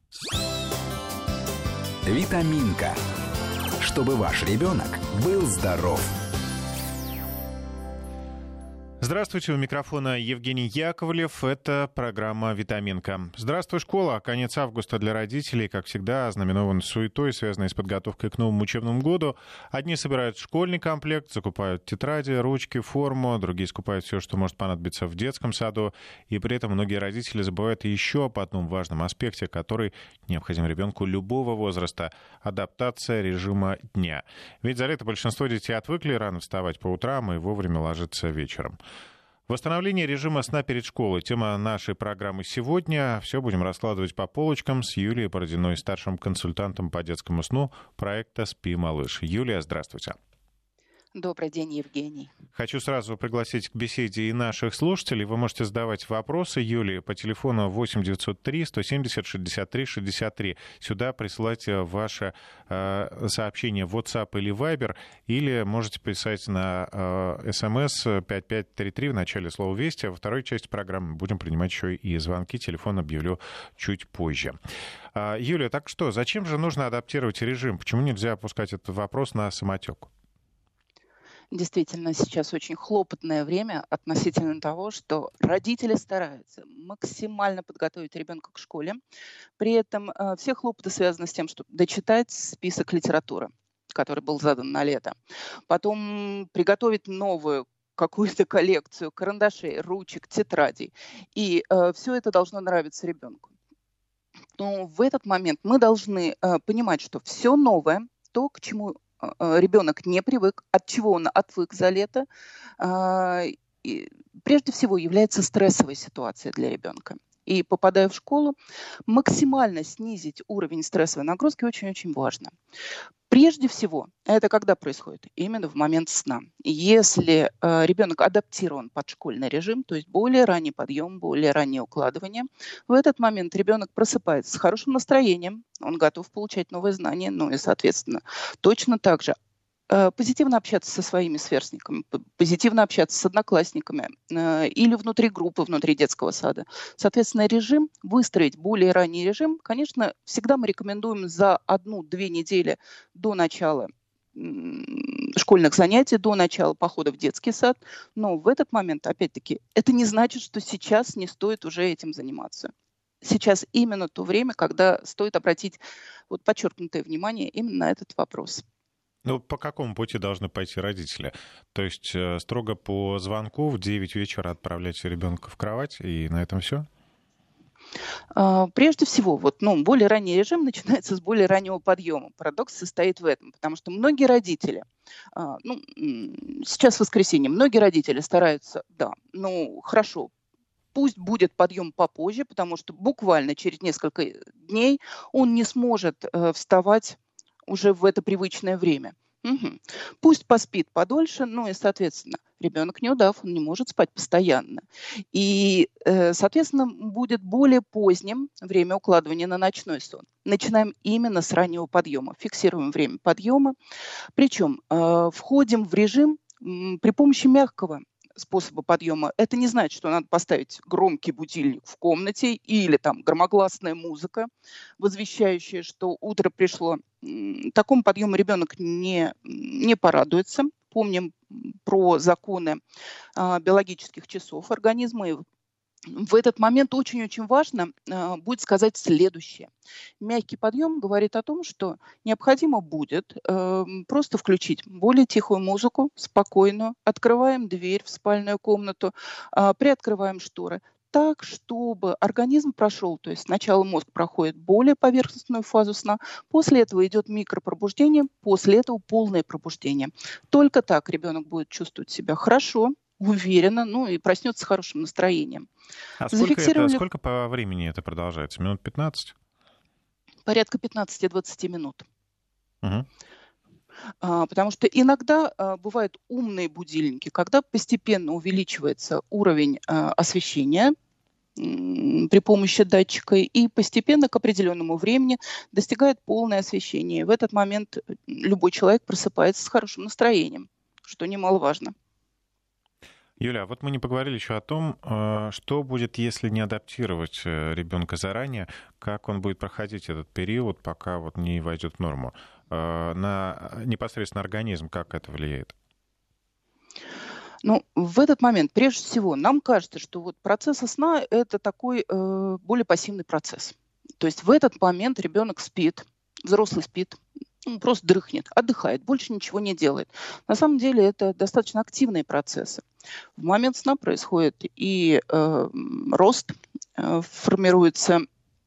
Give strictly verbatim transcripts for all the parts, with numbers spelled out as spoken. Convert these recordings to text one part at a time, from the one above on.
Витаминка. Чтобы ваш ребенок был здоров. Здравствуйте, у микрофона Евгений Яковлев. Это программа «Витаминка». Здравствуй, школа. Конец августа для родителей, как всегда, ознаменован суетой, связанной с подготовкой к новому учебному году. Одни собирают школьный комплект, закупают тетради, ручки, форму, другие скупают все, что может понадобиться в детском саду. И при этом многие родители забывают еще об одном важном аспекте, который необходим ребенку любого возраста — адаптация режима дня. Ведь за лето большинство детей отвыкли рано вставать по утрам и вовремя ложиться вечером. Восстановление режима сна перед школой — тема нашей программы сегодня. Все будем раскладывать по полочкам с Юлией Бородиной, старшим консультантом по детскому сну проекта «Спи, малыш». Юлия, здравствуйте. Добрый день, Евгений. Хочу сразу пригласить к беседе и наших слушателей. Вы можете задавать вопросы Юлии по телефону восемь девятьсот три сто семьдесят шестьдесят три шестьдесят три. Сюда присылать ваше э, сообщение в WhatsApp или Viber, или можете писать на э, смс пять пять три три в начале слова «Вести». А во второй части программы будем принимать еще и звонки. Телефон объявлю чуть позже. Э, Юлия, так что, зачем же нужно адаптировать режим? Почему нельзя опускать этот вопрос на самотек? Действительно, сейчас очень хлопотное время относительно того, что родители стараются максимально подготовить ребенка к школе. При этом э, все хлопоты связаны с тем, чтобы дочитать список литературы, который был задан на лето. Потом приготовить новую какую-то коллекцию карандашей, ручек, тетрадей. И э, все это должно нравиться ребенку. Но в этот момент мы должны э, понимать, что все новое, то, к чему ребенок не привык, от чего он отвык за лето, и прежде всего является стрессовой ситуацией для ребенка. И попадая в школу, максимально снизить уровень стрессовой нагрузки очень-очень важно. Прежде всего, это когда происходит? Именно в момент сна. Если э, ребенок адаптирован под школьный режим, то есть более ранний подъем, более раннее укладывание, в этот момент ребенок просыпается с хорошим настроением, он готов получать новые знания, ну и, соответственно, точно так же э, позитивно общаться со своими сверстниками, позитивно общаться с одноклассниками э, или внутри группы, внутри детского сада. Соответственно, режим, выстроить более ранний режим, конечно, всегда мы рекомендуем за одну-две недели до начала школьных занятий, до начала похода в детский сад. Но в этот момент, опять-таки, это не значит, что сейчас не стоит уже этим заниматься. Сейчас именно то время, когда стоит обратить вот подчеркнутое внимание именно на этот вопрос. Ну, по какому пути должны пойти родители? То есть э, строго по звонку в девять вечера отправлять ребенка в кровать, и на этом все? Прежде всего, вот, ну, более ранний режим начинается с более раннего подъема. Парадокс состоит в этом, потому что многие родители, ну, сейчас воскресенье, многие родители стараются, да, ну, хорошо, пусть будет подъем попозже, потому что буквально через несколько дней он не сможет э, вставать уже в это привычное время. Угу. Пусть поспит подольше, ну и, соответственно, ребенок не удав, он не может спать постоянно. И, э, соответственно, будет более поздним время укладывания на ночной сон. Начинаем именно с раннего подъема, фиксируем время подъема, причем э, входим в режим м, при помощи мягкого способа подъема. Это не значит, что надо поставить громкий будильник в комнате или там громогласная музыка, возвещающая, что утро пришло. Такому подъему ребенок не, не порадуется. Помним про законы а, биологических часов организма. И в этот момент очень-очень важно а, будет сказать следующее. Мягкий подъем говорит о том, что необходимо будет э, просто включить более тихую музыку, спокойную, открываем дверь в спальную комнату, э, приоткрываем шторы, так, чтобы организм прошел, то есть сначала мозг проходит более поверхностную фазу сна, после этого идет микропробуждение, после этого полное пробуждение. Только так ребенок будет чувствовать себя хорошо, уверенно, ну и проснется с хорошим настроением. А сколько, это, сколько по времени это продолжается? Минут пятнадцать? Порядка пятнадцать-двадцать минут. Угу. А, потому что иногда а, бывают умные будильники, когда постепенно увеличивается уровень а, освещения м, при помощи датчика, и постепенно к определенному времени достигает полное освещение. В этот момент любой человек просыпается с хорошим настроением, что немаловажно. Юля, а вот мы не поговорили еще о том, э, что будет, если не адаптировать э, ребенка заранее, как он будет проходить этот период, пока вот не войдет в норму. Э, На непосредственно организм как это влияет? Ну, в этот момент, прежде всего, нам кажется, что вот процесс сна– это такой э, более пассивный процесс. То есть в этот момент ребенок спит, взрослый спит, ну, просто дрыхнет, отдыхает, больше ничего не делает. На самом деле это достаточно активные процессы. В момент сна происходит и э, рост, э, формируется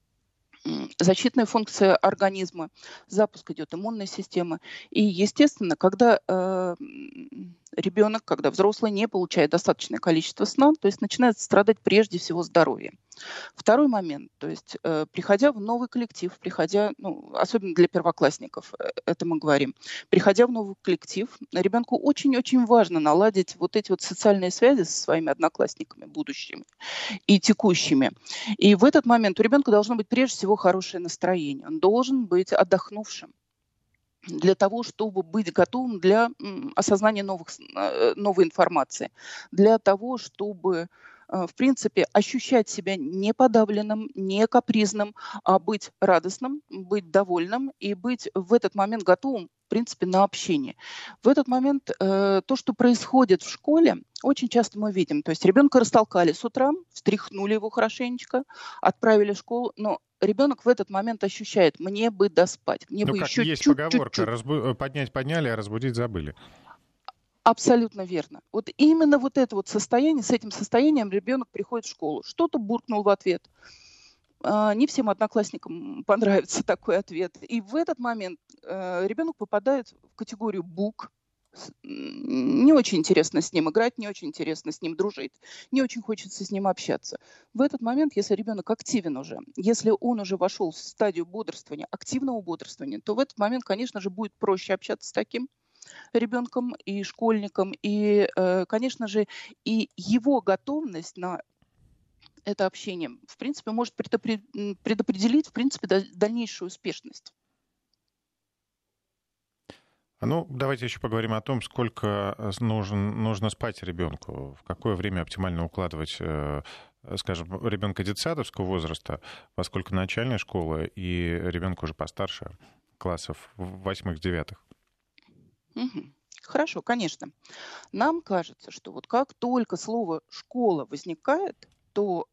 м, защитная функция организма, запуск идет иммунной системы. И, естественно, когда э, м, ребенок, когда взрослый не получает достаточное количество сна, то есть начинает страдать прежде всего здоровье. Второй момент, то есть э, приходя в новый коллектив, приходя, ну, особенно для первоклассников, э, это мы говорим, приходя в новый коллектив, ребенку очень-очень важно наладить вот эти вот социальные связи со своими одноклассниками будущими и текущими. И в этот момент у ребенка должно быть прежде всего хорошее настроение. Он должен быть отдохнувшим для того, чтобы быть готовым для м, осознания новых, с- э, новой информации, для того, чтобы, э, в принципе, ощущать себя не подавленным, не капризным, а быть радостным, быть довольным и быть в этот момент готовым, в принципе, на общение. В этот момент э, то, что происходит в школе, очень часто мы видим. То есть ребенка растолкали с утра, встряхнули его хорошенечко, отправили в школу, но ребенок в этот момент ощущает: мне бы доспать, мне Ну, бы как еще есть поговорка, чуть-чуть. разбу- поднять подняли, а разбудить забыли. Абсолютно верно. Вот именно вот это вот состояние, с этим состоянием ребенок приходит в школу. Что-то буркнул в ответ. А, Не всем одноклассникам понравится такой ответ. И в этот момент э, ребенок попадает в категорию бук. С- м, Не очень интересно с ним играть, не очень интересно с ним дружить, не очень хочется с ним общаться. В этот момент, если ребенок активен уже, если он уже вошел в стадию бодрствования, активного бодрствования, то в этот момент, конечно же, будет проще общаться с таким ребенком и школьником. И, э, конечно же, и его готовность на это общение, в принципе, может предопре- м, предопределить, в принципе, даль- дальнейшую успешность. А Ну, давайте еще поговорим о том, сколько э, с- нужен, нужно спать ребенку, в какое время оптимально укладывать, э, э, скажем, ребенка детсадовского возраста, поскольку начальная школа и ребенка уже постарше, классов восьмых-девятых. Мгм. Хорошо, конечно. Нам кажется, что вот как только слово «школа» возникает, то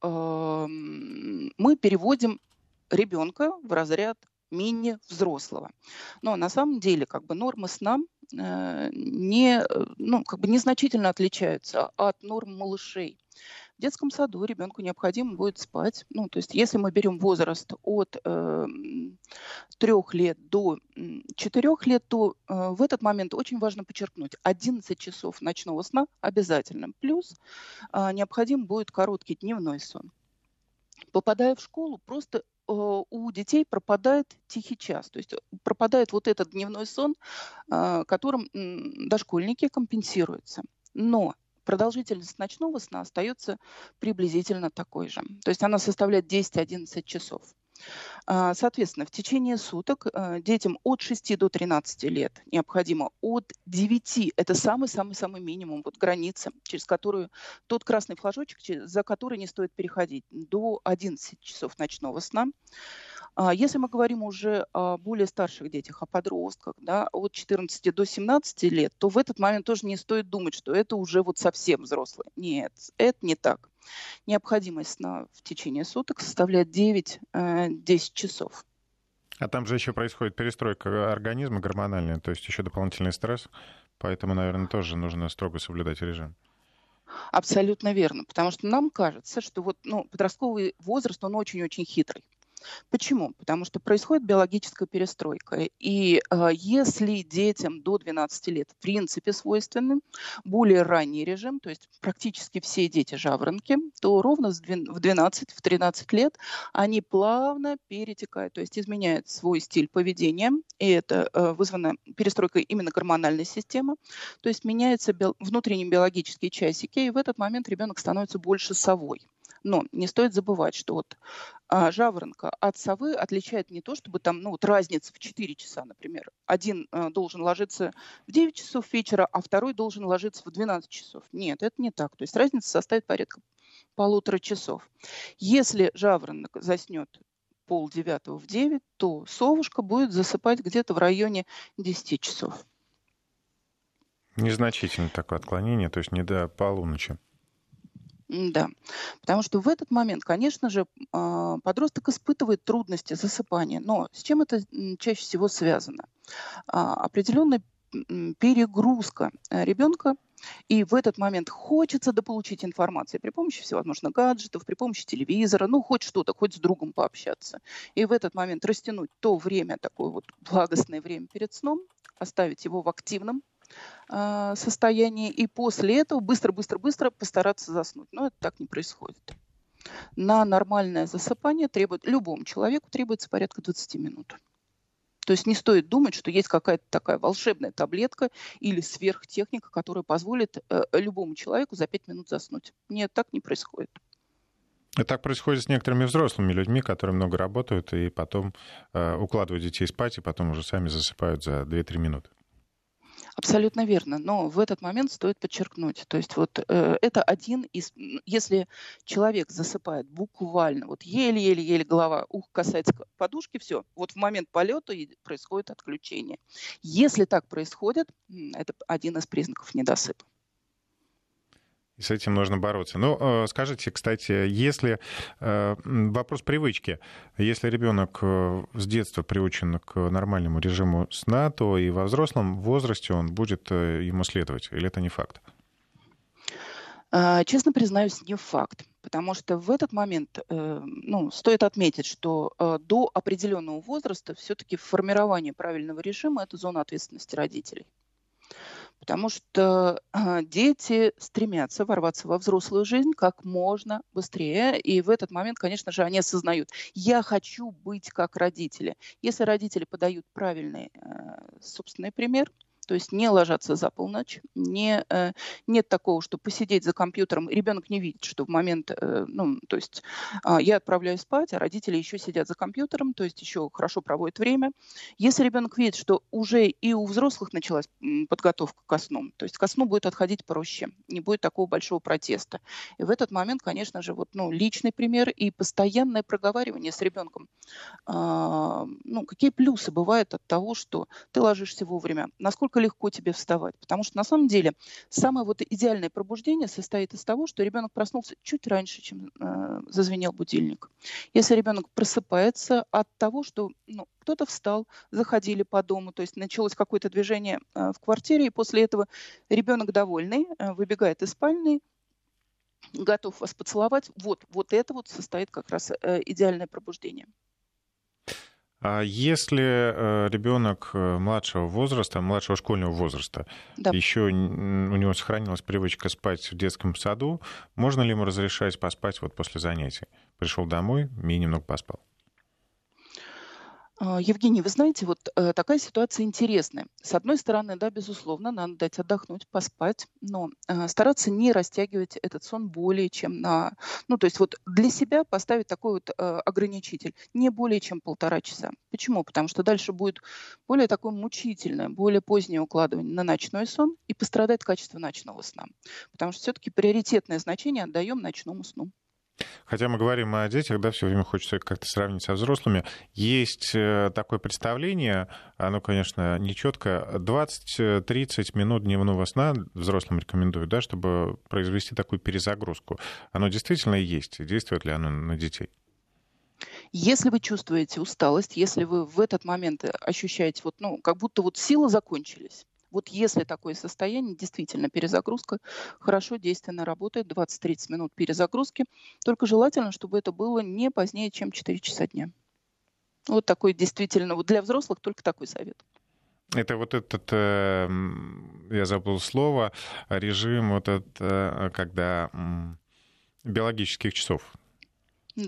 эм, мы переводим ребенка в разряд мини-взрослого. Но на самом деле как бы нормы сна э, не, э, ну, как бы незначительно отличаются от норм малышей. В детском саду ребенку необходимо будет спать. Ну, то есть если мы берем возраст от эм, трех лет до м, четырех лет, то э, в этот момент очень важно подчеркнуть: одиннадцать часов ночного сна обязательно. Плюс а, необходим будет короткий дневной сон. Попадая в школу, просто э, у детей пропадает тихий час, то есть э, пропадает вот этот дневной сон, а, которым м, дошкольники компенсируются. Но продолжительность ночного сна остается приблизительно такой же. То есть она составляет десять-одиннадцать часов. А, Соответственно, в течение суток э, детям от шести до тринадцати лет необходимо от девяти, это самый-самый-самый минимум, вот граница, через которую тот красный флажочек, че- за который не стоит переходить, до одиннадцати часов ночного сна. А Если мы говорим уже о более старших детях, о подростках, да, от четырнадцати до семнадцати лет, то в этот момент тоже не стоит думать, что это уже вот совсем взрослые. Нет, это не так. Необходимость сна в течение суток составляет девять-десять часов. А там же еще происходит перестройка организма гормональная, то есть еще дополнительный стресс, поэтому, наверное, тоже нужно строго соблюдать режим. Абсолютно верно, потому что нам кажется, что вот, ну, подростковый возраст, он очень-очень хитрый. Почему? Потому что происходит биологическая перестройка. И э, если детям до двенадцати лет в принципе свойственны более ранний режим, то есть практически все дети жаворонки, то ровно с двен- в двенадцать-тринадцать лет они плавно перетекают, то есть изменяют свой стиль поведения. И это э, вызвано перестройкой именно гормональной системы. То есть меняются био- внутренние биологические часики, и в этот момент ребенок становится больше совой. Но не стоит забывать, что вот а, жаворонка от совы отличает не то, чтобы там, ну, вот разница в четыре часа, например. Один а, должен ложиться в девять часов вечера, а второй должен ложиться в двенадцать часов. Нет, это не так. То есть разница составит порядка полутора часов. Если жаворонок заснет полдевятого в девять, то совушка будет засыпать где-то в районе десяти часов. Незначительное такое отклонение, то есть не до полуночи. Да, потому что в этот момент, конечно же, а, подросток испытывает трудности засыпания. Но с чем это м, чаще всего связано? А, Определенная м, перегрузка э, ребенка, и в этот момент хочется дополучить информацию при помощи всевозможных гаджетов, при помощи телевизора, ну, хоть что-то, хоть с другом пообщаться. И в этот момент растянуть то время, такое вот благостное время перед сном, оставить его в активном а, состоянии, и после этого быстро-быстро-быстро постараться заснуть. Но это так не происходит. На нормальное засыпание требует, любому человеку требуется порядка двадцати минут. То есть не стоит думать, что есть какая-то такая волшебная таблетка или сверхтехника, которая позволит э, любому человеку за пять минут заснуть. Нет, так не происходит. И так происходит с некоторыми взрослыми людьми, которые много работают и потом э, укладывают детей спать, и потом уже сами засыпают за две-три минуты. Абсолютно верно, но в этот момент стоит подчеркнуть, то есть вот э, это один из, м, если человек засыпает буквально, вот еле-еле-еле голова, ух, касается к- подушки, все, вот в момент полета и происходит отключение. Если так происходит, м, это один из признаков недосыпа. И с этим нужно бороться. Ну, э, скажите, кстати, если э, м, вопрос привычки, если ребенок э, с детства приучен к нормальному режиму сна, то и во взрослом возрасте он будет э, ему следовать, или это не факт? А, Честно признаюсь, не факт, потому что в этот момент, э, ну, стоит отметить, что э, до определенного возраста все-таки формирование правильного режима – это зона ответственности родителей. Потому что а, дети стремятся ворваться во взрослую жизнь как можно быстрее. И в этот момент, конечно же, они осознают, я хочу быть как родители. Если родители подают правильный э, собственный пример, то есть не ложатся за полночь, не, э, нет такого, что посидеть за компьютером, ребенок не видит, что в момент, э, ну, то есть э, я отправляюсь спать, а родители еще сидят за компьютером, то есть еще хорошо проводят время. Если ребенок видит, что уже и у взрослых началась м, подготовка ко сну, то есть ко сну будет отходить проще, не будет такого большого протеста. И в этот момент, конечно же, вот, ну, личный пример и постоянное проговаривание с ребенком. А, ну, какие плюсы бывают от того, что ты ложишься вовремя, насколько легко тебе вставать. Потому что на самом деле самое вот идеальное пробуждение состоит из того, что ребенок проснулся чуть раньше, чем э, зазвенел будильник. Если ребенок просыпается от того, что ну, кто-то встал, заходили по дому, то есть началось какое-то движение э, в квартире, и после этого ребенок довольный, э, выбегает из спальни, готов вас поцеловать, вот, вот это вот состоит как раз э, идеальное пробуждение. А если ребенок младшего возраста, младшего школьного возраста, Да. еще у него сохранилась привычка спать в детском саду, можно ли ему разрешать поспать вот после занятий? Пришел домой и немного поспал. А, Евгений, вы знаете, вот э, такая ситуация интересная. С одной стороны, да, безусловно, надо дать отдохнуть, поспать, но э, стараться не растягивать этот сон более чем на... Ну, то есть вот для себя поставить такой вот э, ограничитель, не более чем полтора часа. Почему? Потому что дальше будет более такое мучительное, более позднее укладывание на ночной сон и пострадает качество ночного сна. Потому что все-таки приоритетное значение отдаем ночному сну. Хотя мы говорим о детях, да, все время хочется как-то сравнить со взрослыми. Есть такое представление, оно, конечно, нечетко, двадцать-тридцать минут дневного сна взрослым рекомендуют, да, чтобы произвести такую перезагрузку. Оно действительно есть? Действует ли оно на детей? Если вы чувствуете усталость, если вы в этот момент ощущаете, вот, ну, как будто вот силы закончились, вот если такое состояние, действительно перезагрузка хорошо, действенно работает, двадцать-тридцать минут перезагрузки, только желательно, чтобы это было не позднее, чем четыре часа дня. Вот такой действительно, вот для взрослых только такой совет. Это вот этот, я забыл слово, режим, вот этот, когда биологических часов. Да.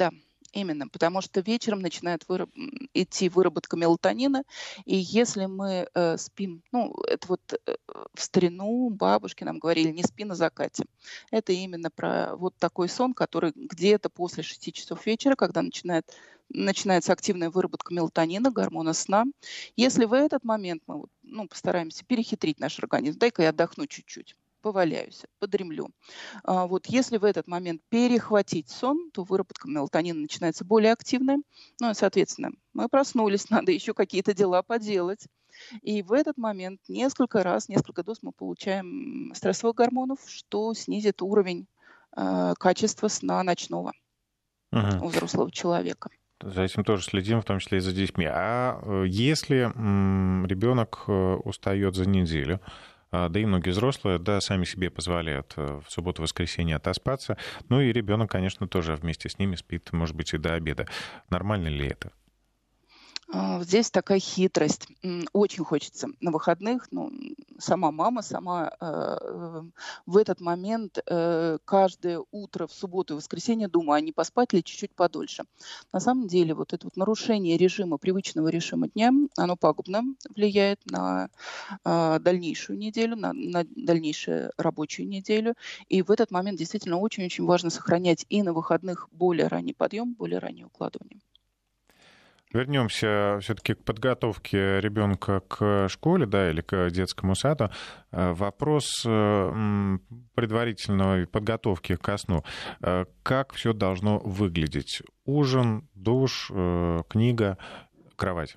Именно, потому что вечером начинает выраб- м, идти выработка мелатонина, и если мы э, спим, ну, это вот э, в старину бабушки нам говорили, не спи на закате. Это именно про вот такой сон, который где-то после шести часов вечера, когда начинает, начинается активная выработка мелатонина, гормона сна. Если в этот момент мы вот, ну, постараемся перехитрить наш организм, дай-ка я отдохну чуть-чуть, поваляюсь, подремлю. А, вот если в этот момент перехватить сон, то выработка мелатонина начинается более активная. Ну и, соответственно, мы проснулись, надо еще какие-то дела поделать. И в этот момент несколько раз, несколько доз мы получаем стрессовых гормонов, что снизит уровень э, качества сна ночного Мгм. у взрослого человека. За этим тоже следим, в том числе и за детьми. А э, если м, ребенок э, устает за неделю, а, да и многие взрослые, да, сами себе позволяют э, в субботу-воскресенье отоспаться, ну и ребенок, конечно, тоже вместе с ними спит, может быть, и до обеда. Нормально ли это? А, вот здесь такая хитрость. М, Очень хочется на выходных, ну, м, сама мама, сама э, э, в этот момент э, каждое утро в субботу и воскресенье думаю, а не поспать ли чуть-чуть подольше. На самом деле вот это вот нарушение режима, привычного режима дня, оно пагубно влияет на а, дальнейшую неделю, на, на дальнейшую рабочую неделю. И в этот момент действительно очень-очень важно сохранять и на выходных более ранний подъем, более раннее укладывание. Вернемся все-таки к подготовке ребенка к школе, да, или к детскому саду. Э, Вопрос э, м, предварительной подготовки ко сну. Э, Как все должно выглядеть? Ужин, душ, э, книга, кровать.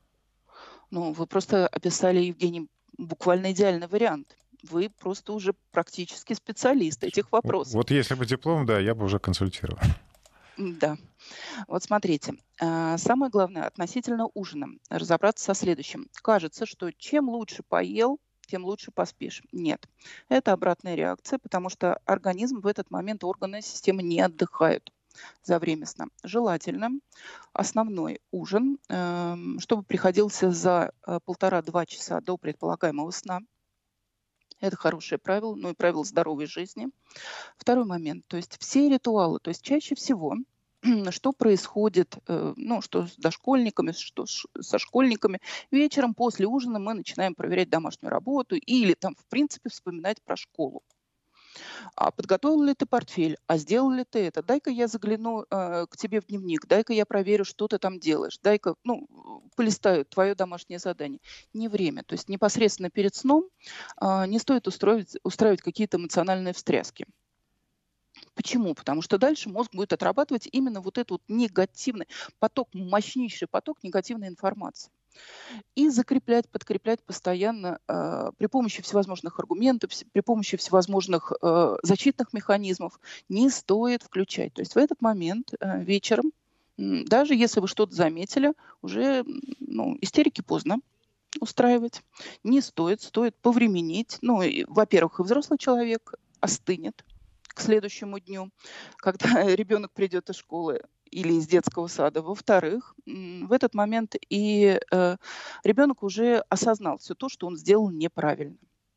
Ну, вы просто описали, Евгений, буквально идеальный вариант. Вы просто уже практически специалист этих В- вопросов. Вот если бы диплом, да, я бы уже консультировал. М, Да. Вот смотрите, а, самое главное относительно ужина разобраться со следующим. Кажется, что чем лучше поел, тем лучше поспишь. Нет, это обратная реакция, потому что организм в этот момент, органы системы не отдыхают за время сна. Желательно основной ужин, эм, чтобы приходился за э, полтора-два часа до предполагаемого сна. Это хорошее правило, ну и правило здоровой жизни. Второй момент, то есть все ритуалы, то есть чаще всего, что происходит, э, ну, что с дошкольниками, что ш- со школьниками. Вечером после ужина мы начинаем проверять домашнюю работу или там, в принципе, вспоминать про школу. А подготовил ли ты портфель? А сделал ли ты это? Дай-ка я загляну э, к тебе в дневник, дай-ка я проверю, что ты там делаешь, дай-ка, ну, полистаю твое домашнее задание. Не время. То есть непосредственно перед сном а, не стоит устроить, устраивать какие-то эмоциональные встряски. Почему? Потому что дальше мозг будет отрабатывать именно вот этот вот негативный поток, мощнейший поток негативной информации. И закреплять, подкреплять постоянно э, при помощи всевозможных аргументов, вс- при помощи всевозможных э, защитных механизмов не стоит включать. То есть в этот момент э, вечером, м, даже если вы что-то заметили, уже м, ну, истерики поздно устраивать. Не стоит, стоит повременить. Ну, и, во-первых, и взрослый человек остынет к следующему дню, когда ребенок придет из школы или из детского сада. Во-вторых, м, в этот момент и э, ребенок уже осознал все то, что он сделал неправильно.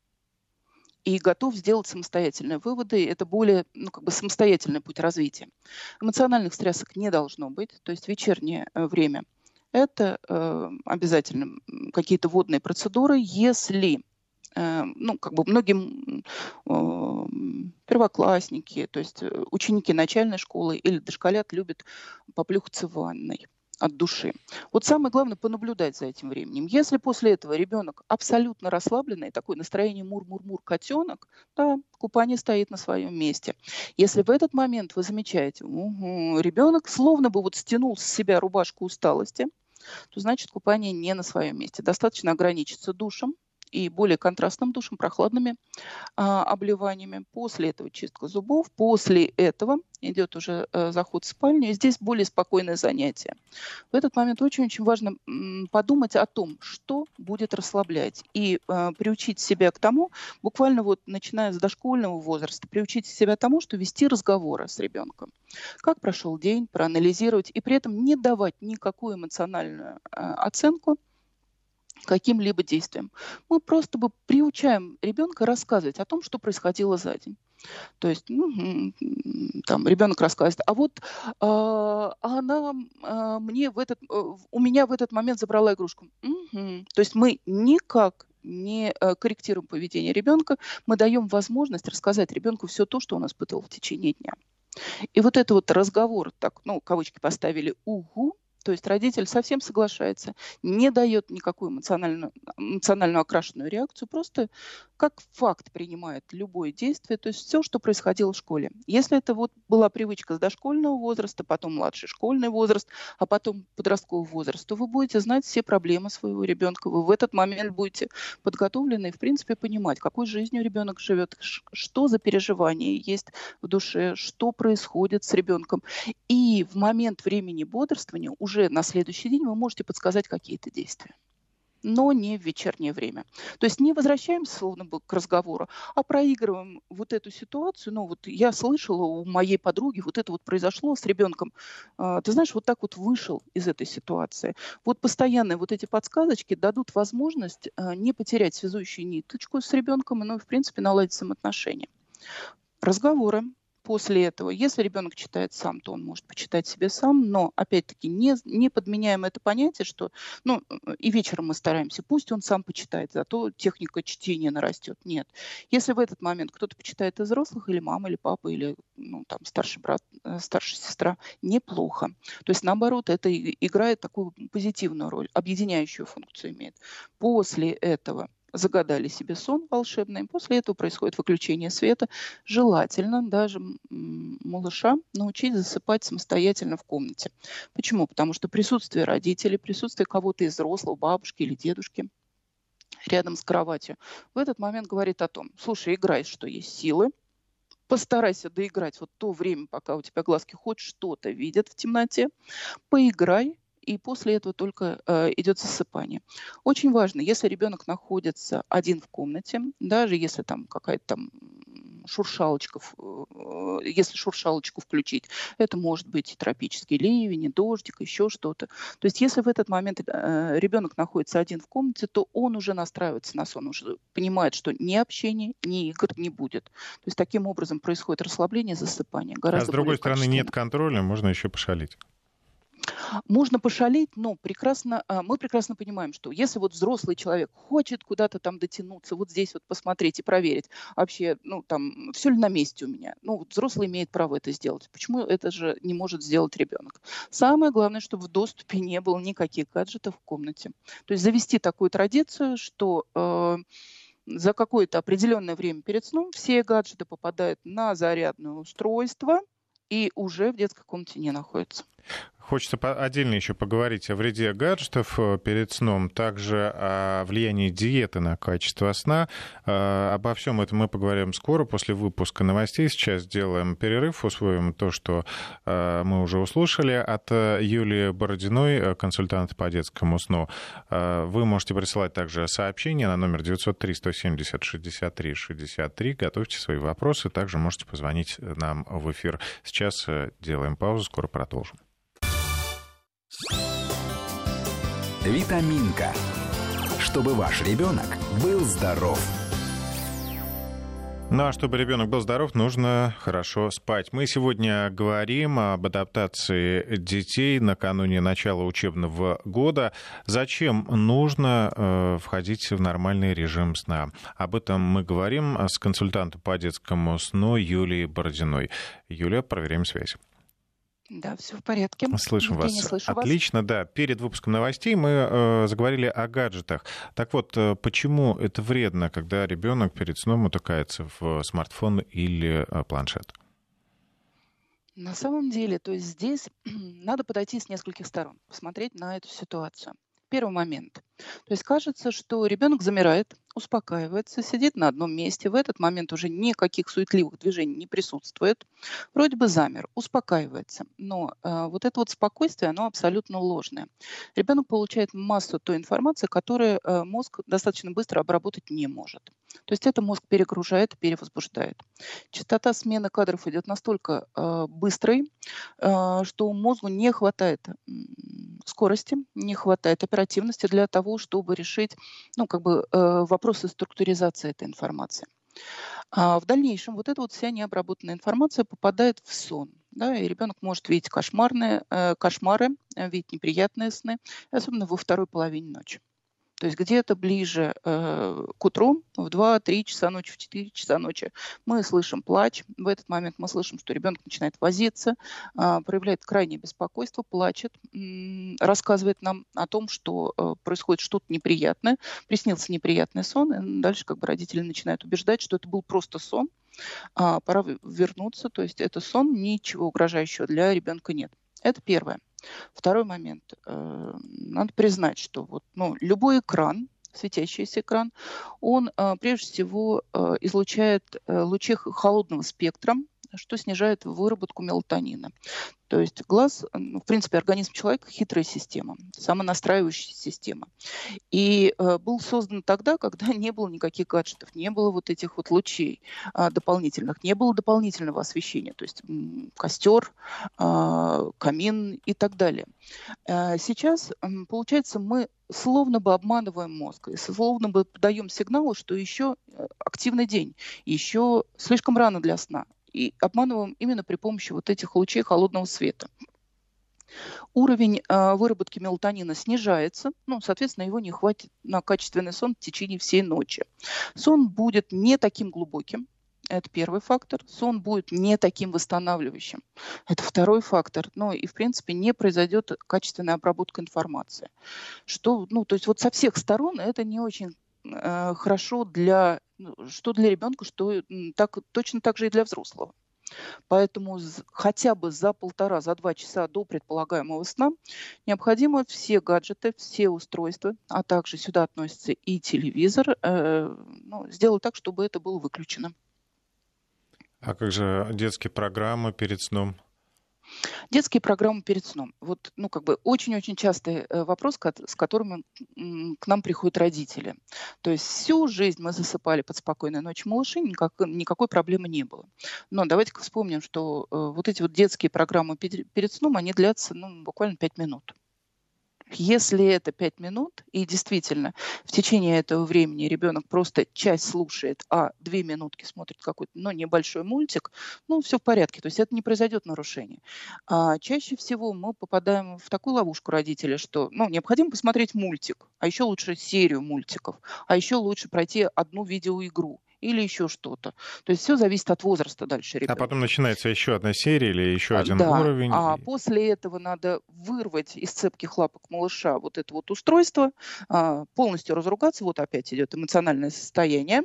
И готов сделать самостоятельные выводы. Это более, ну, как бы самостоятельный путь развития. Эмоциональных стрессов не должно быть. То есть вечернее э, время– это э, обязательно м, какие-то водные процедуры. Если э, ну, как бы многим м, первоклассники, то есть э, ученики начальной школы или дошколят любят поплюхаться в ванной от души. Вот самое главное понаблюдать за этим временем. Если после этого ребенок абсолютно расслабленный, такое настроение мур-мур-мур котенок, да, купание стоит на своем месте. Если в этот момент вы замечаете, угу, ребенок словно бы вот стянул с себя рубашку усталости, то значит купание не на своем месте. Достаточно ограничиться душем и более контрастным душем, прохладными а, обливаниями. После этого чистка зубов. После этого идет уже э, заход в спальню. И здесь более спокойное занятие. В этот момент очень-очень важно м, подумать о том, что будет расслаблять. И э, приучить себя к тому, буквально вот начиная с дошкольного возраста, приучить себя тому, что вести разговоры с ребенком. Как прошел день, проанализировать. И при этом не давать никакую эмоциональную э, оценку каким-либо действием. Мы просто бы приучаем ребенка рассказывать о том, что происходило за день. То есть, ну, м, там ребенок рассказывает, а вот а, она а, мне в этот, э, в- у меня в этот момент забрала игрушку. Мгм. То есть мы никак не э, корректируем поведение ребенка, мы даем возможность рассказать ребенку все то, что он испытывал в течение дня. И вот это вот разговор, так, ну, кавычки поставили, угу, то есть родитель совсем соглашается, не дает никакую эмоционально, эмоционально окрашенную реакцию, просто как факт принимает любое действие, то есть все, что происходило в школе. Если это вот была привычка с дошкольного возраста, потом младший школьный возраст, а потом подростковый возраст, то вы будете знать все проблемы своего ребенка, вы в этот момент будете подготовлены и, в принципе, понимать, какой жизнью ребенок живет, ш- что за переживания есть в душе, что происходит с ребенком. И в момент времени бодрствования уже на следующий день вы можете подсказать какие-то действия, но не в вечернее время. То есть не возвращаемся словно бы к разговору, а проигрываем вот эту ситуацию. Ну вот я слышала у моей подруги, вот это вот произошло с ребенком. А, Ты знаешь, вот так вот вышел из этой ситуации. Вот постоянные вот эти подсказочки дадут возможность а, не потерять связующую ниточку с ребенком, ну и в принципе наладить взаимоотношения. Разговоры после этого. Если ребенок читает сам, то он может почитать себе сам, но, опять-таки, не, не подменяем это понятие, что, ну, и вечером мы стараемся, пусть он сам почитает, зато техника чтения нарастет. Нет. Если в этот момент кто-то почитает из взрослых, или мама, или папа, или, ну, там, старший брат, э, старшая сестра, неплохо. То есть, наоборот, это и- играет такую позитивную роль, объединяющую функцию имеет. После этого загадали себе сон волшебный. После этого происходит выключение света. Желательно даже м, малыша научить засыпать самостоятельно в комнате. Почему? Потому что присутствие родителей, присутствие кого-то из взрослого, бабушки или дедушки рядом с кроватью, в этот момент говорит о том, слушай, играй, что есть силы, постарайся доиграть вот то время, пока у тебя глазки хоть что-то видят в темноте, поиграй, и после этого только э, идет засыпание. Очень важно, если ребенок находится один в комнате, даже если там какая-то там м, шуршалочка, в- э, если шуршалочку включить, это может быть и тропический ливень, и дождик, еще что-то. То есть если в этот момент э, ребенок находится один в комнате, то он уже настраивается на сон, уже понимает, что ни общения, ни игр не будет. То есть таким образом происходит расслабление, засыпание А с гораздо более другой стороны, нет качественно. контроля, можно еще пошалить. Можно пошалить, но прекрасно, а, мы прекрасно понимаем, что если вот взрослый человек хочет куда-то там дотянуться, вот здесь вот посмотреть и проверить, вообще, ну, там, все ли на месте у меня. Ну, вот взрослый имеет право это сделать. Почему это же не может сделать ребенок? Самое главное, чтобы в доступе не было никаких гаджетов в комнате. То есть завести такую традицию, что э, за какое-то определенное время перед сном все гаджеты попадают на зарядное устройство и уже в детской комнате не находятся. Хочется по- отдельно еще поговорить о вреде гаджетов э, перед сном, также о влиянии диеты на качество сна. Э, Обо всем этом мы поговорим скоро, после выпуска новостей. Сейчас сделаем перерыв, усвоим то, что э, мы уже услышали от э, Юлии Бородиной, э, консультанта по детскому сну. Э, Вы можете присылать также сообщения на номер девять ноль три сто семьдесят шестьдесят три шестьдесят три. Готовьте свои вопросы. Также можете позвонить нам в эфир. Сейчас э, делаем паузу, скоро продолжим. Витаминка. Чтобы ваш ребенок был здоров. Ну а чтобы ребенок был здоров, нужно хорошо спать. Мы сегодня говорим об адаптации детей накануне начала учебного года. Зачем нужно э, входить в нормальный режим сна? Об этом мы говорим с консультантом по детскому сну Юлией Бородиной. Юлия, проверяем связь. Да, все в порядке. Слышим Евгений, вас. слышу вас. Отлично, да. Перед выпуском новостей мы э, заговорили о гаджетах. Так вот, э, почему это вредно, когда ребенок перед сном утыкается в смартфон или э, планшет? На самом деле, то есть здесь надо подойти с нескольких сторон, посмотреть на эту ситуацию. Первый момент. То есть кажется, что ребенок замирает, успокаивается, сидит на одном месте. В этот момент уже никаких суетливых движений не присутствует. Вроде бы замер, успокаивается. Но э, вот это вот спокойствие, оно абсолютно ложное. Ребенок получает массу той информации, которую э, мозг достаточно быстро обработать не может. То есть это мозг перегружает, перевозбуждает. Частота смены кадров идет настолько э, быстрой, э, что мозгу не хватает м, скорости, не хватает оперативности для того, чтобы решить, ну, как бы, э, вопросы структуризации этой информации. А в дальнейшем вот эта вот вся необработанная информация попадает в сон. Да, и ребенок может видеть кошмарные, э, кошмары, э, видеть неприятные сны, особенно во второй половине ночи. То есть где-то ближе э, к утру, в два-три часа ночи, в четыре часа ночи мы слышим плач. В этот момент мы слышим, что ребенок начинает возиться, э, проявляет крайнее беспокойство, плачет, м, рассказывает нам о том, что э, происходит что-то неприятное, приснился неприятный сон, и дальше как бы родители начинают убеждать, что это был просто сон, а пора в- вернуться, то есть это сон, ничего угрожающего для ребенка нет. Это первое. Второй момент. Э, Надо признать, что вот, ну, любой экран, светящийся экран, он э, прежде всего э, излучает э, лучи х- холодного спектра, что снижает выработку мелатонина. То есть глаз, э, ну, в принципе, организм человека — хитрая система, самонастраивающая система. И э, был создан тогда, когда не было никаких гаджетов, не было вот этих вот лучей а, дополнительных, не было дополнительного освещения, то есть м, костер, а, камин и так далее. Э, Сейчас, м, получается, мы словно бы обманываем мозг, и словно бы даем сигналы, что еще э, активный день, еще слишком рано для сна. И обманываем именно при помощи вот этих лучей холодного света. Уровень э, выработки мелатонина снижается, ну, соответственно, его не хватит на качественный сон в течение всей ночи. Сон будет не таким глубоким. Это первый фактор. Сон будет не таким восстанавливающим. Это второй фактор. Ну и, в принципе, не произойдет качественная обработка информации. Что, ну, то есть вот со всех сторон это не очень э, хорошо для, ну, что для ребенка, что м, так, точно так же и для взрослого. Поэтому з- хотя бы за полтора, за два часа до предполагаемого сна необходимо все гаджеты, все устройства, а также сюда относится и телевизор, э, ну, сделать так, чтобы это было выключено. А как же детские программы перед сном? Детские программы перед сном. Вот, ну, как бы очень-очень частый э, вопрос, кот- с которым м, к нам приходят родители. То есть всю жизнь мы засыпали под спокойной ночь малыши, никак, никакой проблемы не было. Но давайте-ка вспомним, что э, вот эти вот детские программы перед, перед сном, они длятся, ну, буквально пять минут. Если это пять минут, и действительно в течение этого времени ребенок просто часть слушает, а две минутки смотрит какой-то, ну, небольшой мультик, ну, все в порядке, то есть это не произойдет нарушение. А чаще всего мы попадаем в такую ловушку родителей, что, ну, необходимо посмотреть мультик, а еще лучше серию мультиков, а еще лучше пройти одну видеоигру или еще что-то. То есть все зависит от возраста дальше А потом ребенка. начинается еще одна серия или еще А, один Да, уровень. а и- после этого надо вырвать из цепких лапок малыша вот это вот устройство, а, полностью разругаться, вот опять идет эмоциональное состояние,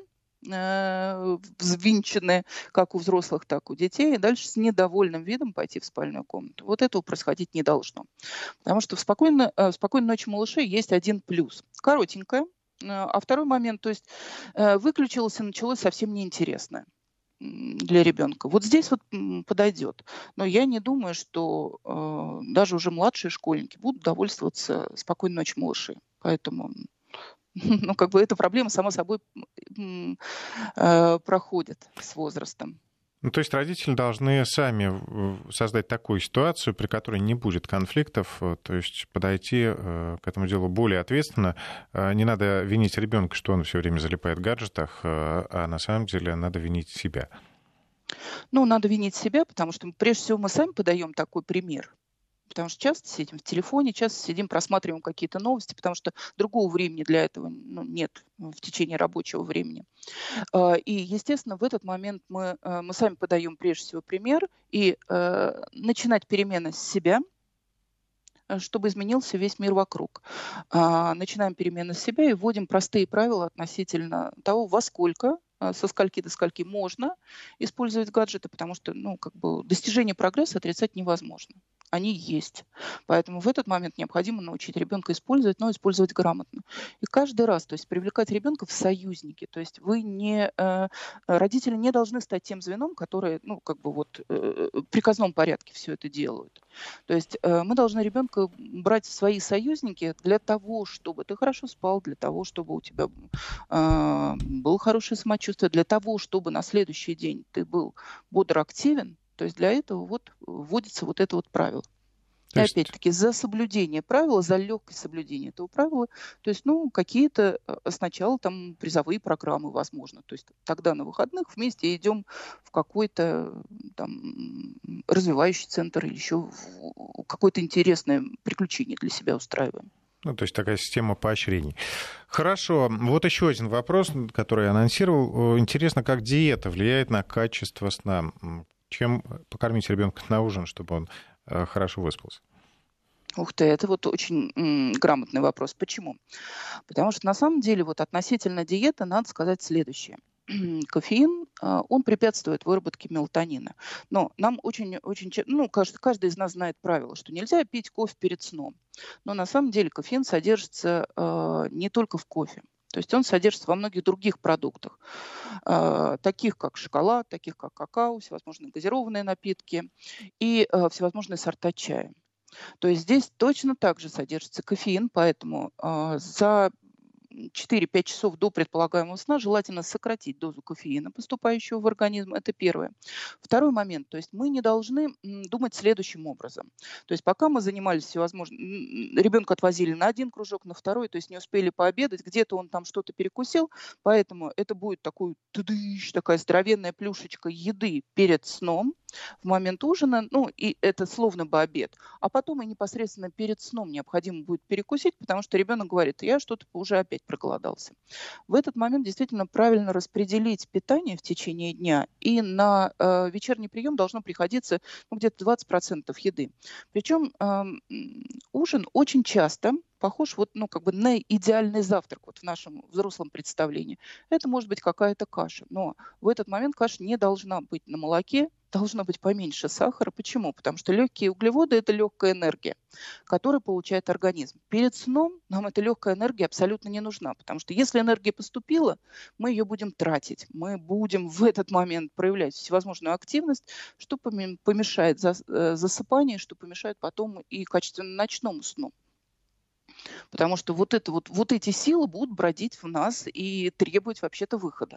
э, взвинченное как у взрослых, так и у детей, и дальше с недовольным видом пойти в спальную комнату. Вот этого происходить не должно. Потому что в спокойной, э, в спокойной ночи малышей есть один плюс. Коротенькая, э, а второй момент, то есть э, выключилось и началось совсем неинтересное м, для ребенка. Вот здесь вот м, подойдет. Но я не думаю, что э, даже уже младшие школьники будут довольствоваться спокойной ночью малыши. Поэтому, ну, как бы эта проблема сама собой м, э, проходит с возрастом. Ну, то есть родители должны сами в- создать такую ситуацию, при которой не будет конфликтов, э, то есть подойти э, к этому делу более ответственно. Э, Не надо винить ребенка, что он все время залипает в гаджетах, э, а на самом деле надо винить себя. Ну, надо винить себя, потому что прежде всего мы сами подаем такой пример. Потому что часто сидим в телефоне, часто сидим, просматриваем какие-то новости, потому что другого времени для этого, ну, нет в течение рабочего времени. А, И, естественно, в этот момент мы, э, мы сами подаем прежде всего пример и э, начинать перемены с себя, э, чтобы изменился весь мир вокруг. А, Начинаем перемены с себя и вводим простые правила относительно того, во сколько, э, со скольки до скольки можно использовать гаджеты, потому что, ну, как бы достижение прогресса отрицать невозможно. Они есть. Поэтому в этот момент необходимо научить ребенка использовать, но использовать грамотно. И каждый раз, то есть привлекать ребенка в союзники. То есть вы не, э, родители не должны стать тем звеном, которые, ну, как бы вот э, в приказном порядке все это делают. То есть э, мы должны ребенка брать в свои союзники для того, чтобы ты хорошо спал, для того, чтобы у тебя э, было хорошее самочувствие, для того, чтобы на следующий день ты был бодро активен. То есть для этого вот вводится вот это вот правило. И есть... опять-таки за соблюдение правила, за легкое соблюдение этого правила, то есть, ну, какие-то сначала там призовые программы, возможно, то есть тогда на выходных вместе идем в какой-то там развивающий центр или еще какое-то интересное приключение для себя устраиваем. Ну, то есть такая система поощрений. Хорошо. Вот еще один вопрос, который я анонсировал. Интересно, как диета влияет на качество сна? Чем покормить ребенка на ужин, чтобы он хорошо выспался? Ух ты, это вот очень м, грамотный вопрос. Почему? Потому что на самом деле вот относительно диеты надо сказать следующее. Кофеин, он препятствует выработке мелатонина. Но нам очень, очень, ну, каждый, каждый из нас знает правило, что нельзя пить кофе перед сном. Но на самом деле кофеин содержится э, не только в кофе. То есть он содержится во многих других продуктах, э, таких как шоколад, таких как какао, всевозможные газированные напитки и э, всевозможные сорта чая. То есть здесь точно так же содержится кофеин, поэтому э, за четыре-пять часов до предполагаемого сна желательно сократить дозу кофеина, поступающего в организм. Это первое. Второй момент. То есть мы не должны думать следующим образом. То есть пока мы занимались всевозможным... Ребенка отвозили на один кружок, на второй, то есть не успели пообедать, где-то он там что-то перекусил, поэтому это будет такой, такая здоровенная плюшечка еды перед сном, в момент ужина, ну, и это словно бы обед. А потом и непосредственно перед сном необходимо будет перекусить, потому что ребенок говорит, я что-то уже опять проголодался. В этот момент действительно правильно распределить питание в течение дня, и на э, вечерний прием должно приходиться ну, где-то двадцать процентов еды. Причем э, ужин очень часто похож вот, ну, как бы на идеальный завтрак вот в нашем взрослом представлении. Это может быть какая-то каша, но в этот момент каша не должна быть на молоке, должно быть поменьше сахара. Почему? Потому что легкие углеводы – это легкая энергия, которую получает организм. Перед сном нам эта легкая энергия абсолютно не нужна, потому что если энергия поступила, мы ее будем тратить. Мы будем в этот момент проявлять всевозможную активность, что помешает засыпанию, что помешает потом и качественно ночному сну. Потому что вот, это вот, вот эти силы будут бродить в нас и требовать вообще-то выхода.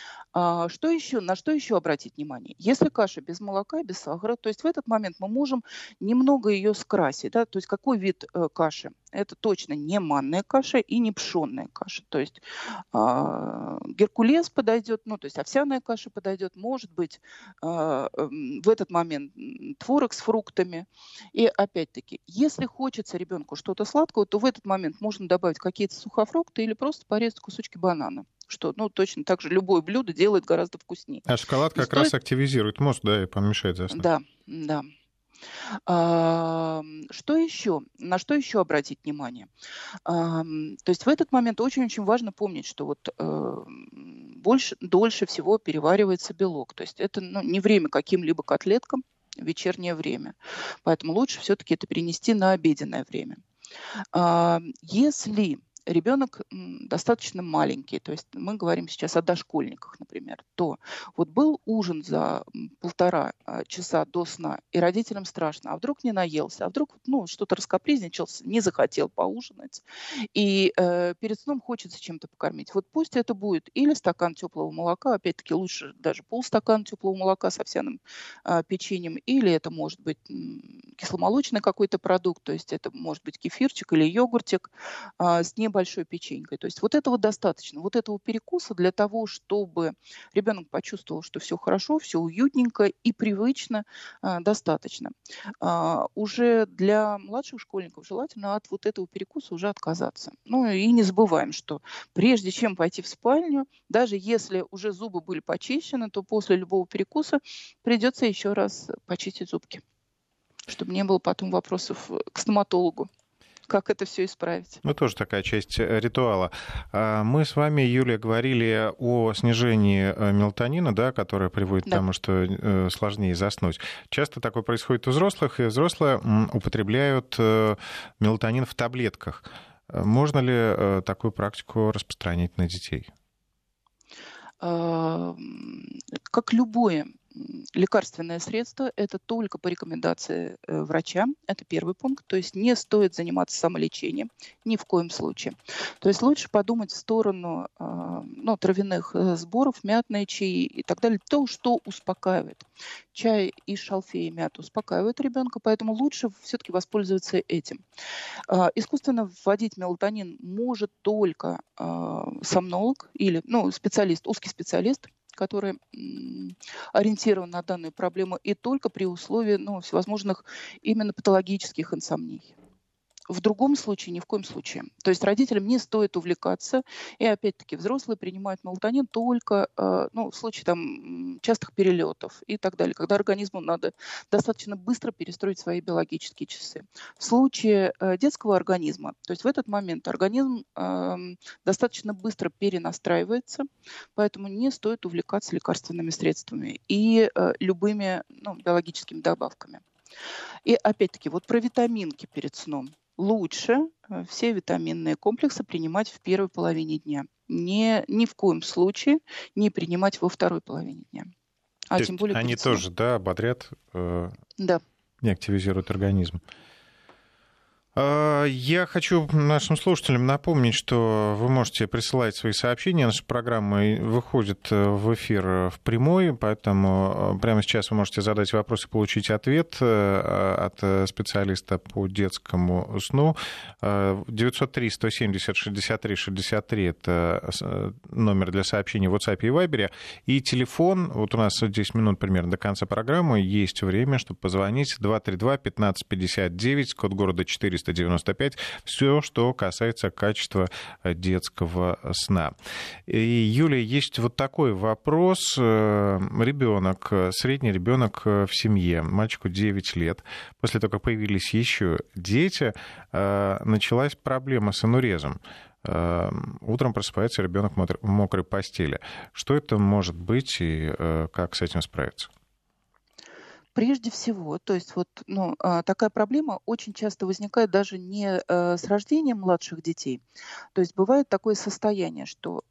А, что еще, на что еще обратить внимание? Если каша без молока, без сахара, то есть в этот момент мы можем немного ее скрасить. Да? То есть какой вид э, каши? Это точно не манная каша и не пшенная каша. То есть э, геркулес подойдет, ну то есть овсяная каша подойдет, может быть э, э, в этот момент творог с фруктами. И опять-таки, если хочется ребенку что-то сладкого, то в этот момент можно добавить какие-то сухофрукты или просто порезать кусочки банана. Что, ну, точно так же любое блюдо делает гораздо вкуснее. А шоколад как стоит... раз активизирует мозг, да, и помешает заснуть. Да, да. А, что еще? На что еще обратить внимание? А, то есть в этот момент очень-очень важно помнить, что вот а, больше, дольше всего переваривается белок. То есть это ну, не время каким-либо котлеткам, вечернее время. Поэтому лучше все-таки это перенести на обеденное время. А, если ребенок достаточно маленький, то есть мы говорим сейчас о дошкольниках, например, то вот был ужин за полтора часа до сна, и родителям страшно, а вдруг не наелся, а вдруг ну, что-то раскапризничался, не захотел поужинать, и э, перед сном хочется чем-то покормить. Вот пусть это будет или стакан теплого молока, опять-таки лучше даже полстакана теплого молока с овсяным э, печеньем, или это может быть м, кисломолочный какой-то продукт, то есть это может быть кефирчик или йогуртик э, с небольшой большой печенькой. То есть вот этого достаточно. Вот этого перекуса для того, чтобы ребенок почувствовал, что все хорошо, все уютненько и привычно, а, достаточно. А, уже для младших школьников желательно от вот этого перекуса уже отказаться. Ну и не забываем, что прежде чем пойти в спальню, даже если уже зубы были почищены, то после любого перекуса придется еще раз почистить зубки, чтобы не было потом вопросов к стоматологу. Как это все исправить? Ну, тоже такая часть ритуала. Мы с вами, Юлия, говорили о снижении мелатонина, да, которое приводит да. к тому, что сложнее заснуть. Часто такое происходит у взрослых, и взрослые употребляют мелатонин в таблетках. Можно ли такую практику распространить на детей? Как любое лекарственное средство – это только по рекомендации э, врача. Это первый пункт. То есть не стоит заниматься самолечением ни в коем случае. То есть лучше подумать в сторону э, ну, травяных э, сборов, мятные чаи и так далее. То, что успокаивает. Чай из шалфея и мяты успокаивает ребенка, поэтому лучше все-таки воспользоваться этим. Э, искусственно вводить мелатонин может только э, сомнолог или ну, специалист, узкий специалист, который м, ориентирован на данную проблему, и только при условии ну, всевозможных именно патологических инсомний. В другом случае ни в коем случае. То есть родителям не стоит увлекаться. И опять-таки взрослые принимают мелатонин только э, ну, в случае там, частых перелетов и так далее, когда организму надо достаточно быстро перестроить свои биологические часы. В случае э, детского организма, то есть в этот момент организм э, достаточно быстро перенастраивается, поэтому не стоит увлекаться лекарственными средствами и э, любыми ну, биологическими добавками. И опять-таки вот про витаминки перед сном. Лучше все витаминные комплексы принимать в первой половине дня. Не, ни в коем случае не принимать во второй половине дня. А То тем есть более они перед сном. тоже, да, ободряд, э, Да. не активизируют организм. Я хочу нашим слушателям напомнить, что вы можете присылать свои сообщения. Наша программа выходит в эфир в прямой, поэтому прямо сейчас вы можете задать вопрос и получить ответ от специалиста по детскому сну. девятьсот три сто семьдесят шестьдесят три шестьдесят три это номер для сообщений в WhatsApp и Viber. И телефон, вот у нас десять минут примерно до конца программы, есть время, чтобы позвонить. два три два пятнадцать пятьдесят девять, код города четыреста девяносто пять, все, что касается качества детского сна. И, Юлия, есть вот такой вопрос. Ребенок, средний ребенок в семье, мальчику девять лет. После того, как появились еще дети, началась проблема с энурезом. Утром просыпается ребенок в мокрой постели. Что это может быть и как с этим справиться? Прежде всего, то есть вот ну, такая проблема очень часто возникает даже не с рождением младших детей. То есть бывает такое состояние, что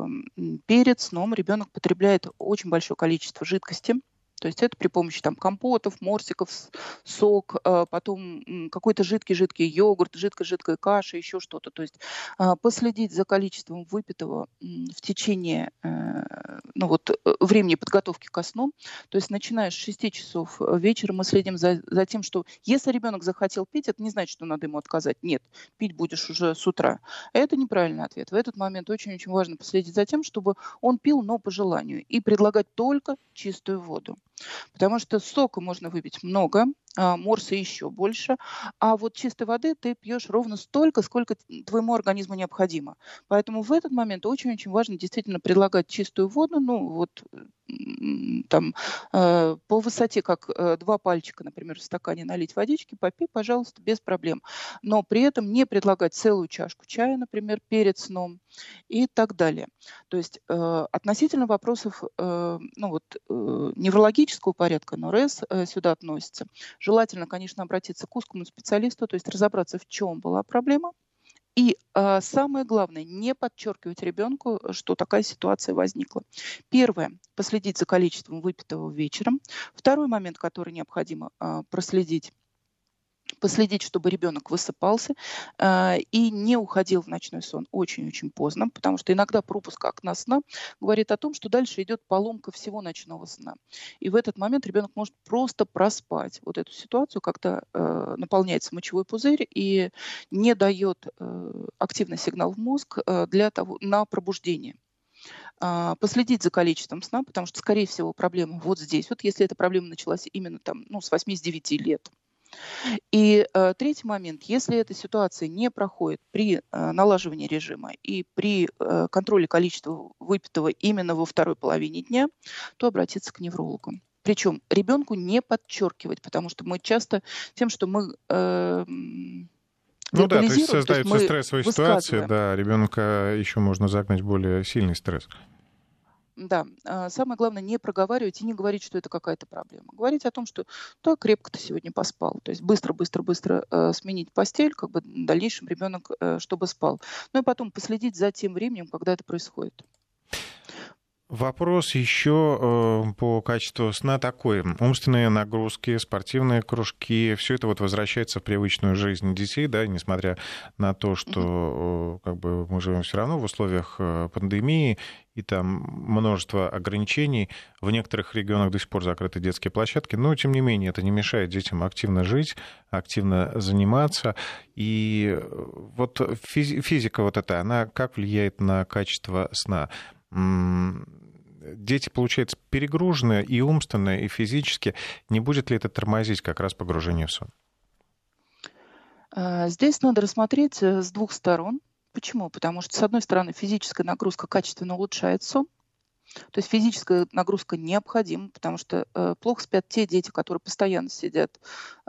перед сном ребенок потребляет очень большое количество жидкости. То есть это при помощи там, компотов, морсиков, сок, потом какой-то жидкий-жидкий йогурт, жидкая-жидкая каша, еще что-то. То есть последить за количеством выпитого в течение ну, вот, времени подготовки ко сну. То есть начиная с шести часов вечера мы следим за, за тем, что если ребенок захотел пить, это не значит, что надо ему отказать. Нет, пить будешь уже с утра. Это неправильный ответ. В этот момент очень-очень важно последить за тем, чтобы он пил, но по желанию. И предлагать только чистую воду. Потому что сока можно выпить много, а морса еще больше, а вот чистой воды ты пьешь ровно столько, сколько твоему организму необходимо. Поэтому в этот момент очень-очень важно действительно предлагать чистую воду, ну вот там э, по высоте, как э, два пальчика, например, в стакане налить водички, попей, пожалуйста, без проблем. Но при этом не предлагать целую чашку чая, например, перед сном и так далее. То есть э, относительно вопросов э, ну, вот, э, неврологического порядка, эн эр эс э, сюда относится. Желательно, конечно, обратиться к узкому специалисту, то есть разобраться, в чем была проблема. И э, самое главное, не подчеркивать ребенку, что такая ситуация возникла. Первое, последить за количеством выпитого вечером. Второй момент, который необходимо э, проследить, последить, чтобы ребенок высыпался э, и не уходил в ночной сон очень-очень поздно, потому что иногда пропуск окна сна говорит о том, что дальше идет поломка всего ночного сна. И в этот момент ребенок может просто проспать вот эту ситуацию, когда э, наполняется мочевой пузырь и не дает э, активный сигнал в мозг э, для того, на пробуждение. Последить за количеством сна, потому что, скорее всего, проблема вот здесь. Вот если эта проблема началась именно там, ну, с восьми-девяти лет. И э, третий момент, если эта ситуация не проходит при э, налаживании режима и при э, контроле количества выпитого именно во второй половине дня, то обратиться к неврологу. Причем ребенку не подчеркивать, потому что мы часто тем, что мы э, ну да, то есть создаются то есть стрессовые ситуации, да, ребенка еще можно загнать в более сильный стресс. Да, самое главное не проговаривать и не говорить, что это какая-то проблема. Говорить о том, что да, крепко ты сегодня поспал. То есть быстро-быстро-быстро э, сменить постель, как бы в дальнейшем ребенок, э, чтобы спал. Ну и потом последить за тем временем, когда это происходит. Вопрос еще э, по качеству сна такой. Умственные нагрузки, спортивные кружки, все это вот возвращается в привычную жизнь детей, да, несмотря на то, что э, как бы мы живем все равно в условиях э, пандемии и там множество ограничений. В некоторых регионах до сих пор закрыты детские площадки, но, тем не менее, это не мешает детям активно жить, активно заниматься. И вот физика вот эта, она как влияет на качество сна? Дети, получается, перегружены и умственно, и физически. Не будет ли это тормозить как раз погружение в сон? Здесь надо рассмотреть с двух сторон. Почему? Потому что, с одной стороны, физическая нагрузка качественно улучшает сон. То есть физическая нагрузка необходима, потому что э, плохо спят те дети, которые постоянно сидят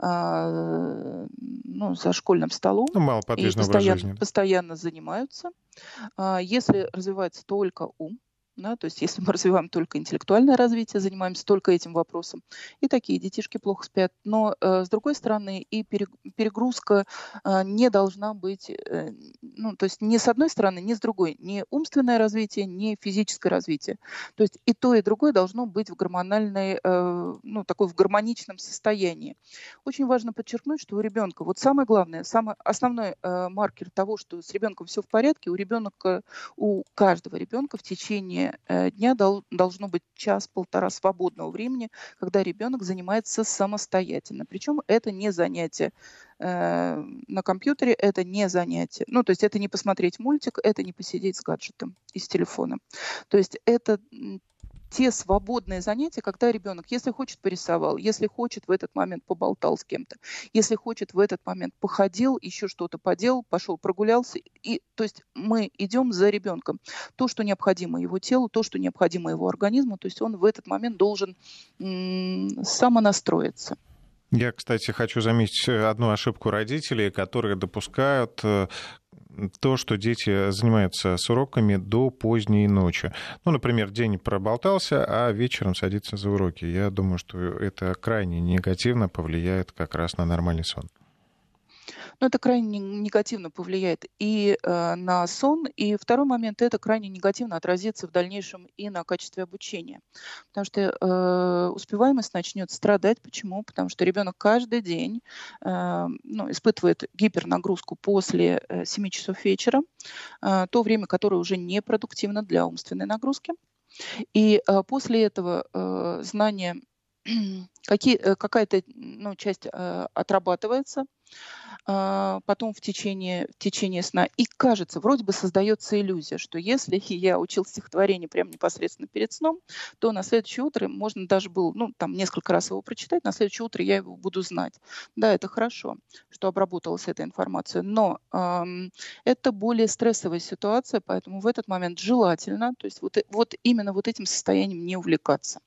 э, ну, за школьным столом Ну, и малоподвижный образ постоянно, жизни. постоянно занимаются. А если развивается только ум, да, то есть если мы развиваем только интеллектуальное развитие, занимаемся только этим вопросом, и такие детишки плохо спят. Но, э, с другой стороны, и перегрузка э, не должна быть, э, ну, то есть ни с одной стороны, ни с другой. Ни умственное развитие, ни физическое развитие. То есть и то, и другое должно быть в гормональной, э, ну, такой в гармоничном состоянии. Очень важно подчеркнуть, что у ребенка, вот самое главное, самый основной э, маркер того, что с ребенком все в порядке, у ребенка, у каждого ребенка в течение дня дол- должно быть час-полтора свободного времени, когда ребенок занимается самостоятельно. Причем это не занятие э, на компьютере, это не занятие. Ну, то есть это не посмотреть мультик, это не посидеть с гаджетом и с телефоном. То есть это м, те свободные занятия, когда ребенок, если хочет, порисовал, если хочет, в этот момент поболтал с кем-то, если хочет, в этот момент походил, еще что-то поделал, пошел прогулялся. И, то есть мы идем за ребенком. То, что необходимо его телу, то, что необходимо его организму, то есть он в этот момент должен м- самонастроиться. Я, кстати, хочу заметить одну ошибку родителей, которые допускают э, то, что дети занимаются с уроками до поздней ночи. Ну, например, день проболтался, а вечером садится за уроки. Я думаю, что это крайне негативно повлияет как раз на нормальный сон. Но это крайне негативно повлияет и э, на сон, и второй момент, это крайне негативно отразится в дальнейшем и на качестве обучения. Потому что э, успеваемость начнет страдать. Почему? Потому что ребенок каждый день э, ну, испытывает гипернагрузку после э, семи часов вечера, э, то время, которое уже непродуктивно для умственной нагрузки. И э, после этого э, знания, какие, э, какая-то ну, часть э, отрабатывается, а, потом в течение, в течение сна. И кажется, вроде бы создается иллюзия, что если я учил стихотворение прямо непосредственно перед сном, то на следующее утро можно даже было, ну, там, несколько раз его прочитать, на следующее утро я его буду знать. Да, это хорошо, что обработалась эта информация, но эм, это более стрессовая ситуация, поэтому в этот момент желательно, то есть вот, э- вот именно вот этим состоянием не увлекаться.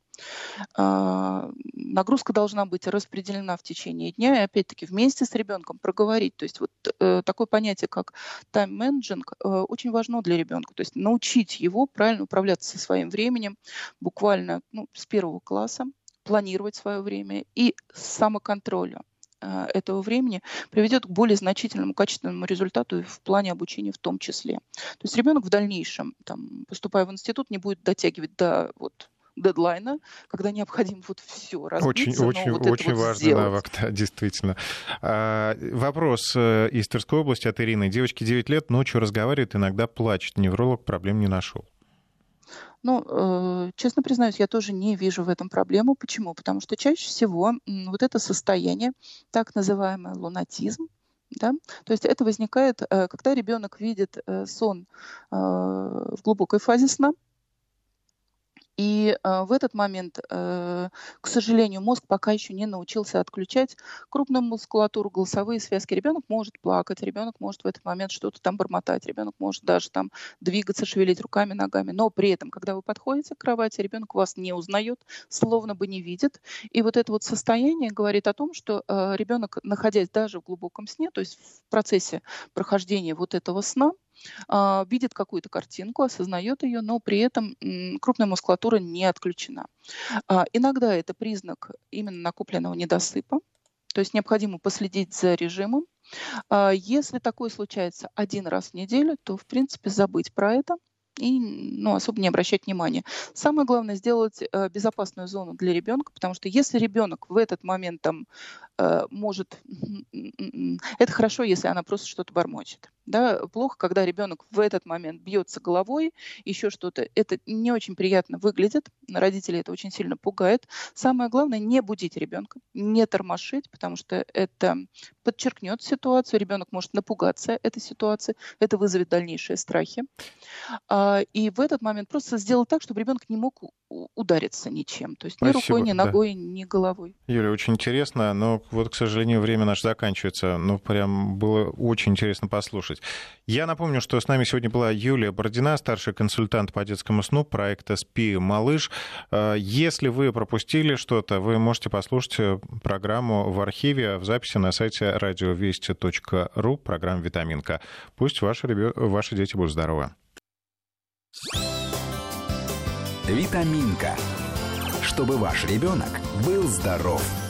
А, Нагрузка должна быть распределена в течение дня и опять-таки вместе с ребенком проговорить. То есть вот э, такое понятие, как тайм-менеджинг, э, очень важно для ребенка. То есть научить его правильно управляться со своим временем буквально ну, с первого класса, планировать свое время и самоконтролю э, этого времени приведет к более значительному качественному результату и в плане обучения в том числе. То есть ребенок в дальнейшем, там, поступая в институт, не будет дотягивать до вот, дедлайна, когда необходимо вот все Очень, разбиться, но очень, вот это очень вот важный сделать. навык, да, действительно. А, вопрос э, из Тверской области от Ирины. Девочке девять лет, ночью разговаривает, иногда плачет. Невролог проблем не нашел. Ну, э, честно признаюсь, я тоже не вижу в этом проблему. Почему? Потому что чаще всего м, вот это состояние, так называемый лунатизм, да, то есть это возникает, э, когда ребенок видит э, сон э, в глубокой фазе сна. И э, в этот момент, э, к сожалению, мозг пока еще не научился отключать крупную мускулатуру, голосовые связки. Ребенок может плакать, ребенок может в этот момент что-то там бормотать, ребенок может даже там двигаться, шевелить руками, ногами. Но при этом, когда вы подходите к кровати, ребенок вас не узнает, словно бы не видит. И вот это вот состояние говорит о том, что э, ребенок, находясь даже в глубоком сне, то есть в процессе прохождения вот этого сна, а, видит какую-то картинку, осознает ее, но при этом м, крупная мускулатура не отключена. А, Иногда это признак именно накопленного недосыпа, то есть необходимо последить за режимом. А, Если такое случается один раз в неделю, то, в принципе, забыть про это. и ну, особо не обращать внимания. Самое главное сделать э, безопасную зону для ребенка, потому что если ребенок в этот момент там э, может... Это хорошо, если она просто что-то бормочет. Да? Плохо, когда ребенок в этот момент бьется головой, еще что-то. Это не очень приятно выглядит, родители это очень сильно пугает. Самое главное, не будить ребенка, не тормошить, потому что это подчеркнет ситуацию, ребенок может напугаться этой ситуации, это вызовет дальнейшие страхи. И в этот момент просто сделать так, чтобы ребенок не мог удариться ничем. То есть ни Спасибо, рукой, ни ногой, да. ни головой. Юлия, очень интересно, но вот, к сожалению, время наше заканчивается. Ну, прям было очень интересно послушать. Я напомню, что с нами сегодня была Юлия Бородина, старший консультант по детскому сну проекта «Спи, малыш». Если вы пропустили что-то, вы можете послушать программу в архиве, в записи на сайте радиовести точка ру, программа «Витаминка». Пусть ваши, ребё... ваши дети будут здоровы. Витаминка. Чтобы ваш ребенок был здоров.